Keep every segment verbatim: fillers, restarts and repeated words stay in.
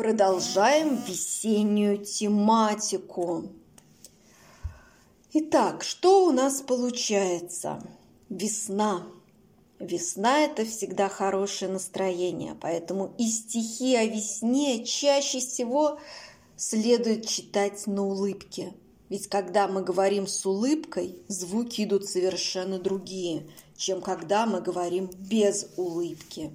Продолжаем весеннюю тематику. Итак, что у нас получается? Весна. Весна – это всегда хорошее настроение, поэтому и стихи о весне чаще всего следует читать на улыбке. Ведь когда мы говорим с улыбкой, звуки идут совершенно другие, чем когда мы говорим без улыбки.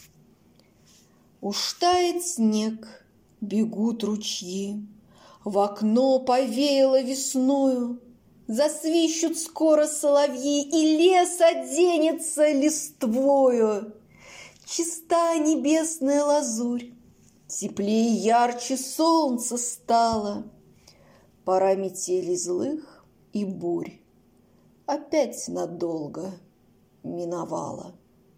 Уж тает снег, бегут ручьи, в окно повеяло весною, засвищут скоро соловьи, и лес оденется листвою. Чиста небесная лазурь, теплее и ярче солнце стало. Пора метелей злых и бурь опять надолго миновала.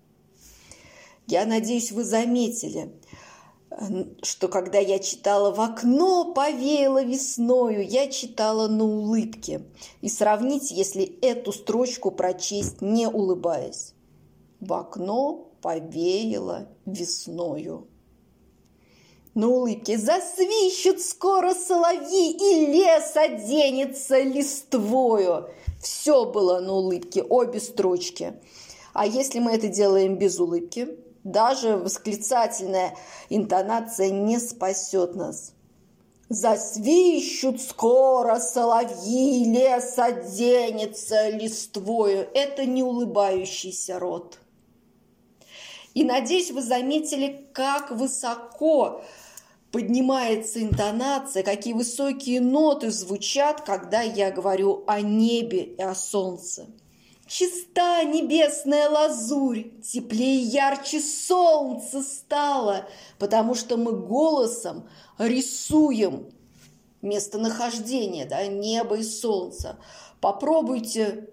Я надеюсь, вы заметили, что когда я читала «В окно повеяло весною», я читала на улыбке. И сравните, если эту строчку прочесть, не улыбаясь. «В окно повеяло весною». На улыбке засвищут скоро соловьи, и лес оденется листвою. Все было на улыбке, обе строчки. А если мы это делаем без улыбки, даже восклицательная интонация не спасет нас. Засвищут скоро соловьи, лес оденется листвою. Это не улыбающийся род. И, надеюсь, вы заметили, как высоко поднимается интонация, какие высокие ноты звучат, когда я говорю о небе и о солнце. Чиста небесная лазурь, теплее и ярче солнце стало, потому что мы голосом рисуем местонахождение, да, неба и солнца. Попробуйте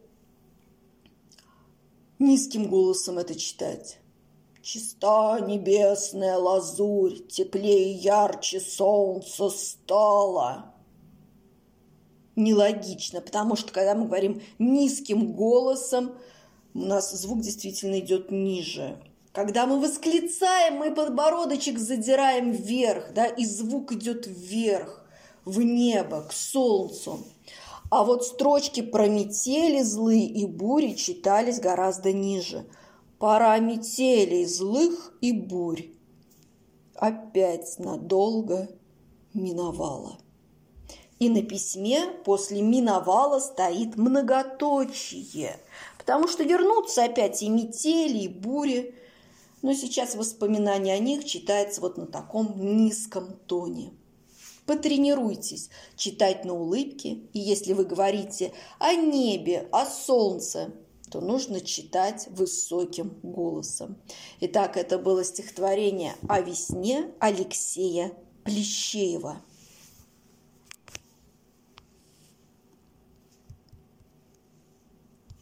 низким голосом это читать. Чиста небесная лазурь, теплее и ярче солнце стало. Нелогично, потому что когда мы говорим низким голосом, у нас звук действительно идет ниже. Когда мы восклицаем, мы подбородочек задираем вверх, да, и звук идет вверх, в небо, к солнцу. А вот строчки про метели злые и бури читались гораздо ниже. Пора метелей злых и бурь опять надолго миновала. И на письме после «миновала» стоит многоточие, потому что вернутся опять и метели, и бури, но сейчас воспоминания о них читается вот на таком низком тоне. Потренируйтесь читать на улыбке, и если вы говорите о небе, о солнце, то нужно читать высоким голосом. Итак, это было стихотворение о весне Алексея Плещеева.